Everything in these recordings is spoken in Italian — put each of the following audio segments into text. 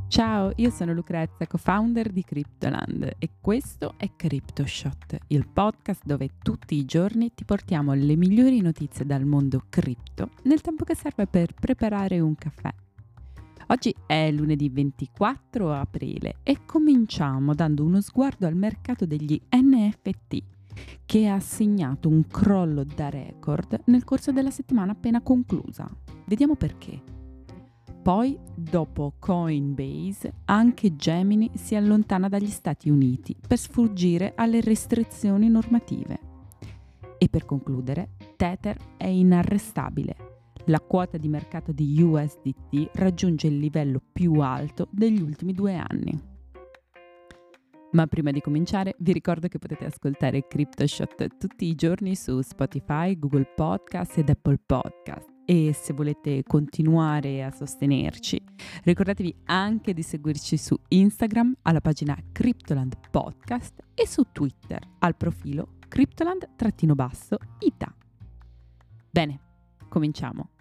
Ciao, io sono Lucrezia, co-founder di Cryptoland e questo è CryptoShot, il podcast dove tutti i giorni ti portiamo le migliori notizie dal mondo cripto nel tempo che serve per preparare un caffè. Oggi è lunedì 24 aprile e cominciamo dando uno sguardo al mercato degli NFT che ha segnato un crollo da record nel corso della settimana appena conclusa. Vediamo perché. Poi, dopo Coinbase, anche Gemini si allontana dagli Stati Uniti per sfuggire alle restrizioni normative. E per concludere, Tether è inarrestabile. La quota di mercato di USDT raggiunge il livello più alto degli ultimi 2 anni. Ma prima di cominciare vi ricordo che potete ascoltare CryptoShot tutti i giorni su Spotify, Google Podcast ed Apple Podcast. E se volete continuare a sostenerci, ricordatevi anche di seguirci su Instagram alla pagina Cryptoland Podcast e su Twitter al profilo Cryptoland_ita. Bene, cominciamo.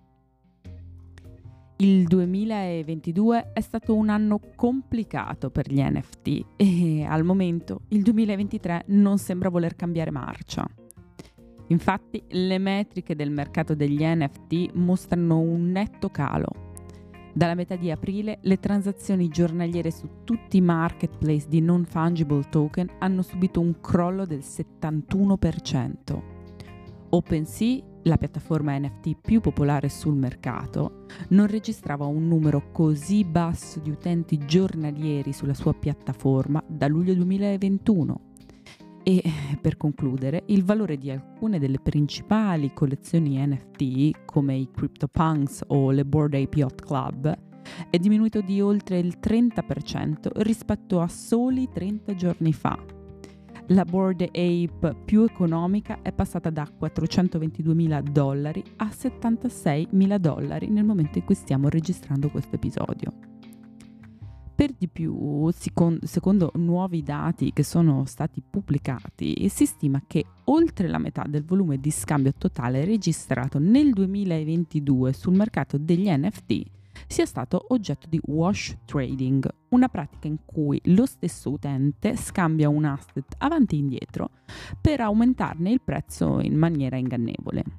Il 2022 è stato un anno complicato per gli NFT e al momento il 2023 non sembra voler cambiare marcia. Infatti, le metriche del mercato degli NFT mostrano un netto calo. Dalla metà di aprile, le transazioni giornaliere su tutti i marketplace di non-fungible token hanno subito un crollo del 71%. OpenSea, la piattaforma NFT più popolare sul mercato, non registrava un numero così basso di utenti giornalieri sulla sua piattaforma da luglio 2021. E per concludere, il valore di alcune delle principali collezioni NFT, come i CryptoPunks o le Bored Ape Yacht Club, è diminuito di oltre il 30% rispetto a soli 30 giorni fa. La Bored Ape più economica è passata da $422.000 a $76.000 nel momento in cui stiamo registrando questo episodio. Per di più, secondo nuovi dati che sono stati pubblicati, si stima che oltre la metà del volume di scambio totale registrato nel 2022 sul mercato degli NFT sia stato oggetto di wash trading, una pratica in cui lo stesso utente scambia un asset avanti e indietro per aumentarne il prezzo in maniera ingannevole.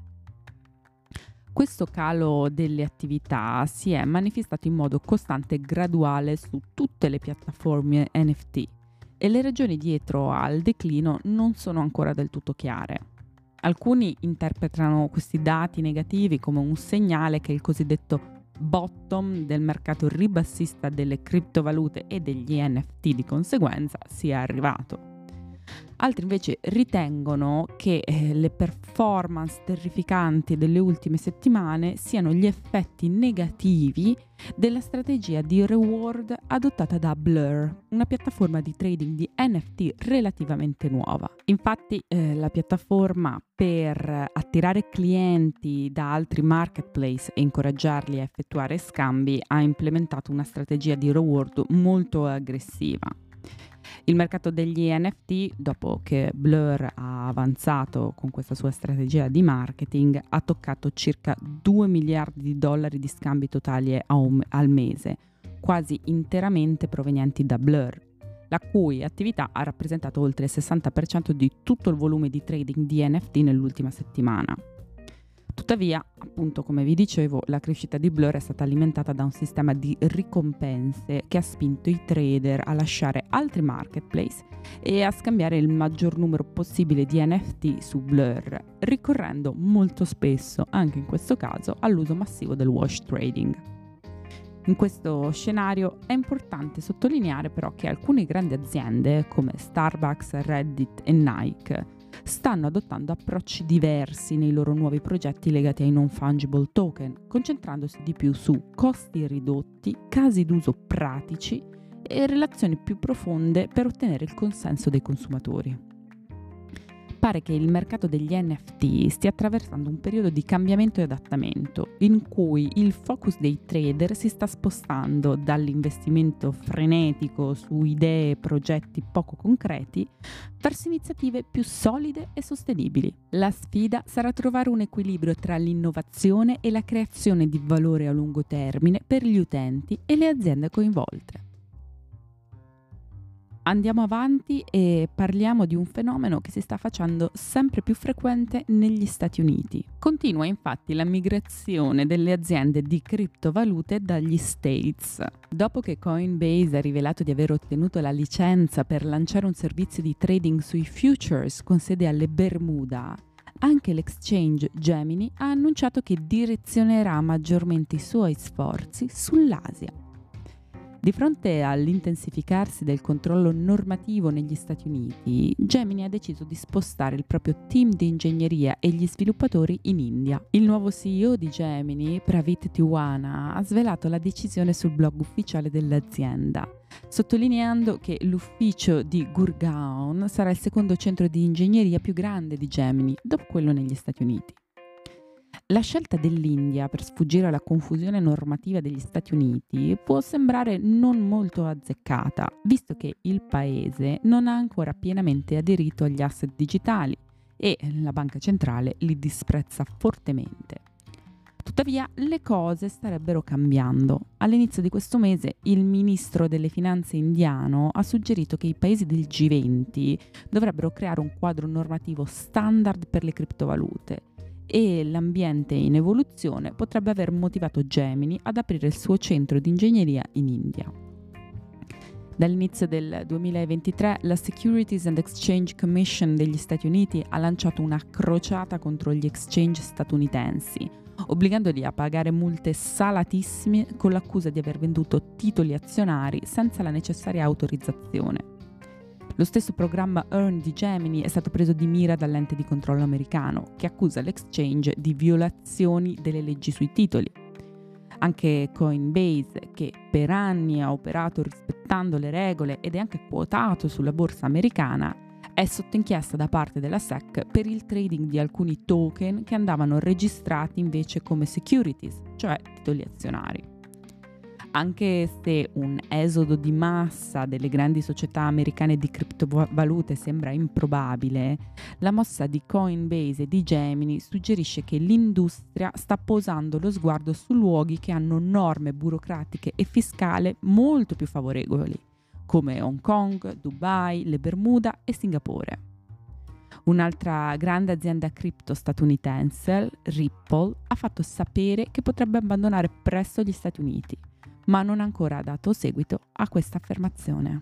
Questo calo delle attività si è manifestato in modo costante e graduale su tutte le piattaforme NFT e le ragioni dietro al declino non sono ancora del tutto chiare. Alcuni interpretano questi dati negativi come un segnale che il cosiddetto bottom del mercato ribassista delle criptovalute e degli NFT di conseguenza sia arrivato. Altri invece ritengono che le performance terrificanti delle ultime settimane siano gli effetti negativi della strategia di reward adottata da Blur, una piattaforma di trading di NFT relativamente nuova. Infatti la piattaforma, per attirare clienti da altri marketplace e incoraggiarli a effettuare scambi, ha implementato una strategia di reward molto aggressiva. Il mercato degli NFT, dopo che Blur ha avanzato con questa sua strategia di marketing, ha toccato circa $2 miliardi di scambi totali al mese, quasi interamente provenienti da Blur, la cui attività ha rappresentato oltre il 60% di tutto il volume di trading di NFT nell'ultima settimana. Tuttavia, appunto come vi dicevo, la crescita di Blur è stata alimentata da un sistema di ricompense che ha spinto i trader a lasciare altri marketplace e a scambiare il maggior numero possibile di NFT su Blur, ricorrendo molto spesso, anche in questo caso, all'uso massivo del wash trading. In questo scenario è importante sottolineare però che alcune grandi aziende come Starbucks, Reddit e Nike stanno adottando approcci diversi nei loro nuovi progetti legati ai non-fungible token, concentrandosi di più su costi ridotti, casi d'uso pratici e relazioni più profonde per ottenere il consenso dei consumatori. Pare che il mercato degli NFT stia attraversando un periodo di cambiamento e adattamento, in cui il focus dei trader si sta spostando dall'investimento frenetico su idee e progetti poco concreti verso iniziative più solide e sostenibili. La sfida sarà trovare un equilibrio tra l'innovazione e la creazione di valore a lungo termine per gli utenti e le aziende coinvolte. Andiamo avanti e parliamo di un fenomeno che si sta facendo sempre più frequente negli Stati Uniti. Continua infatti la migrazione delle aziende di criptovalute dagli States. Dopo che Coinbase ha rivelato di aver ottenuto la licenza per lanciare un servizio di trading sui futures con sede alle Bermuda, anche l'exchange Gemini ha annunciato che direzionerà maggiormente i suoi sforzi sull'Asia. Di fronte all'intensificarsi del controllo normativo negli Stati Uniti, Gemini ha deciso di spostare il proprio team di ingegneria e gli sviluppatori in India. Il nuovo CEO di Gemini, Pravit Tiwana, ha svelato la decisione sul blog ufficiale dell'azienda, sottolineando che l'ufficio di Gurgaon sarà il secondo centro di ingegneria più grande di Gemini, dopo quello negli Stati Uniti. La scelta dell'India per sfuggire alla confusione normativa degli Stati Uniti può sembrare non molto azzeccata, visto che il paese non ha ancora pienamente aderito agli asset digitali e la banca centrale li disprezza fortemente. Tuttavia, le cose starebbero cambiando. All'inizio di questo mese il ministro delle finanze indiano ha suggerito che i paesi del G20 dovrebbero creare un quadro normativo standard per le criptovalute, e l'ambiente in evoluzione potrebbe aver motivato Gemini ad aprire il suo centro di ingegneria in India. Dall'inizio del 2023 la Securities and Exchange Commission degli Stati Uniti ha lanciato una crociata contro gli exchange statunitensi, obbligandoli a pagare multe salatissime con l'accusa di aver venduto titoli azionari senza la necessaria autorizzazione. Lo stesso programma EARN di Gemini è stato preso di mira dall'ente di controllo americano, che accusa l'exchange di violazioni delle leggi sui titoli. Anche Coinbase, che per anni ha operato rispettando le regole ed è anche quotato sulla borsa americana, è sotto inchiesta da parte della SEC per il trading di alcuni token che andavano registrati invece come securities, cioè titoli azionari. Anche se un esodo di massa delle grandi società americane di criptovalute sembra improbabile, la mossa di Coinbase e di Gemini suggerisce che l'industria sta posando lo sguardo su luoghi che hanno norme burocratiche e fiscali molto più favorevoli, come Hong Kong, Dubai, le Bermuda e Singapore. Un'altra grande azienda cripto statunitense, Ripple, ha fatto sapere che potrebbe abbandonare presto gli Stati Uniti, ma non ha ancora dato seguito a questa affermazione.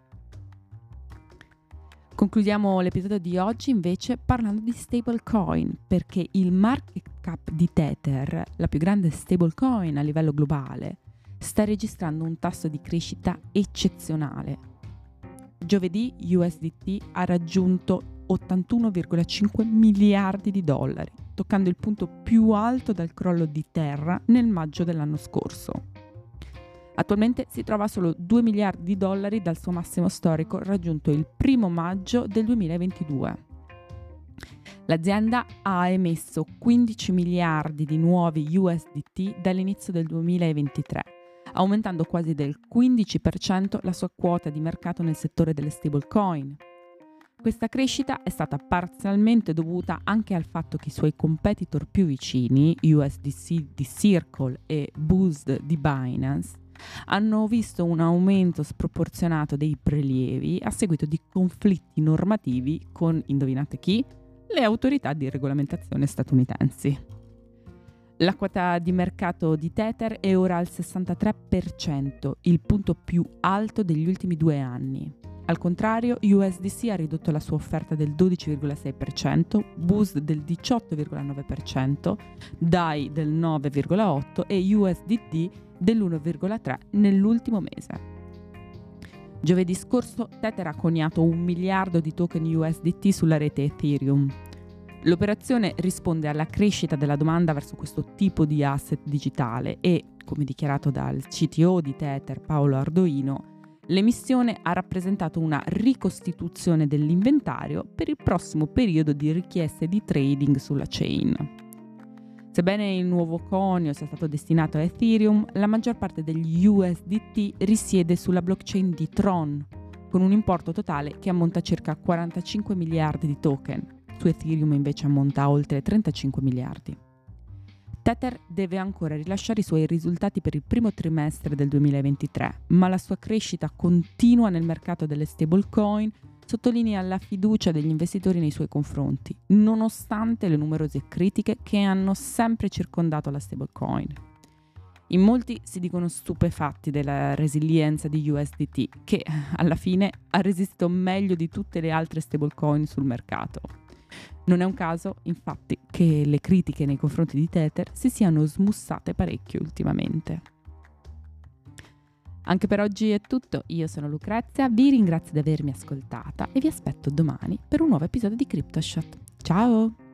Concludiamo l'episodio di oggi invece parlando di stablecoin, perché il market cap di Tether, la più grande stablecoin a livello globale, sta registrando un tasso di crescita eccezionale. Giovedì USDT ha raggiunto 81,5 miliardi di dollari, toccando il punto più alto dal crollo di Terra nel maggio dell'anno scorso. Attualmente si trova a solo 2 miliardi di dollari dal suo massimo storico raggiunto il 1 maggio del 2022. L'azienda ha emesso 15 miliardi di nuovi USDT dall'inizio del 2023, aumentando quasi del 15% la sua quota di mercato nel settore delle stablecoin. Questa crescita è stata parzialmente dovuta anche al fatto che i suoi competitor più vicini, USDC di Circle e BUSD di Binance, hanno visto un aumento sproporzionato dei prelievi a seguito di conflitti normativi con, indovinate chi? Le autorità di regolamentazione statunitensi. La quota di mercato di Tether è ora al 63%, il punto più alto degli ultimi 2 anni. Al contrario, USDC ha ridotto la sua offerta del 12,6%, BUSD del 18,9%, DAI del 9,8% e USDT dell'1,3% nell'ultimo mese. Giovedì scorso Tether ha coniato 1 miliardo di token USDT sulla rete Ethereum. L'operazione risponde alla crescita della domanda verso questo tipo di asset digitale e, come dichiarato dal CTO di Tether, Paolo Ardoino, L'emissione ha rappresentato una ricostituzione dell'inventario per il prossimo periodo di richieste di trading sulla chain. Sebbene il nuovo conio sia stato destinato a Ethereum, la maggior parte degli USDT risiede sulla blockchain di Tron, con un importo totale che ammonta a circa 45 miliardi di token. Su Ethereum invece ammonta a oltre 35 miliardi. Tether deve ancora rilasciare i suoi risultati per il primo trimestre del 2023, ma la sua crescita continua nel mercato delle stablecoin sottolinea la fiducia degli investitori nei suoi confronti, nonostante le numerose critiche che hanno sempre circondato la stablecoin. In molti si dicono stupefatti della resilienza di USDT, che alla fine ha resistito meglio di tutte le altre stablecoin sul mercato. Non è un caso, infatti, che le critiche nei confronti di Tether si siano smussate parecchio ultimamente. Anche per oggi è tutto, io sono Lucrezia, vi ringrazio di avermi ascoltata e vi aspetto domani per un nuovo episodio di CryptoShot. Ciao!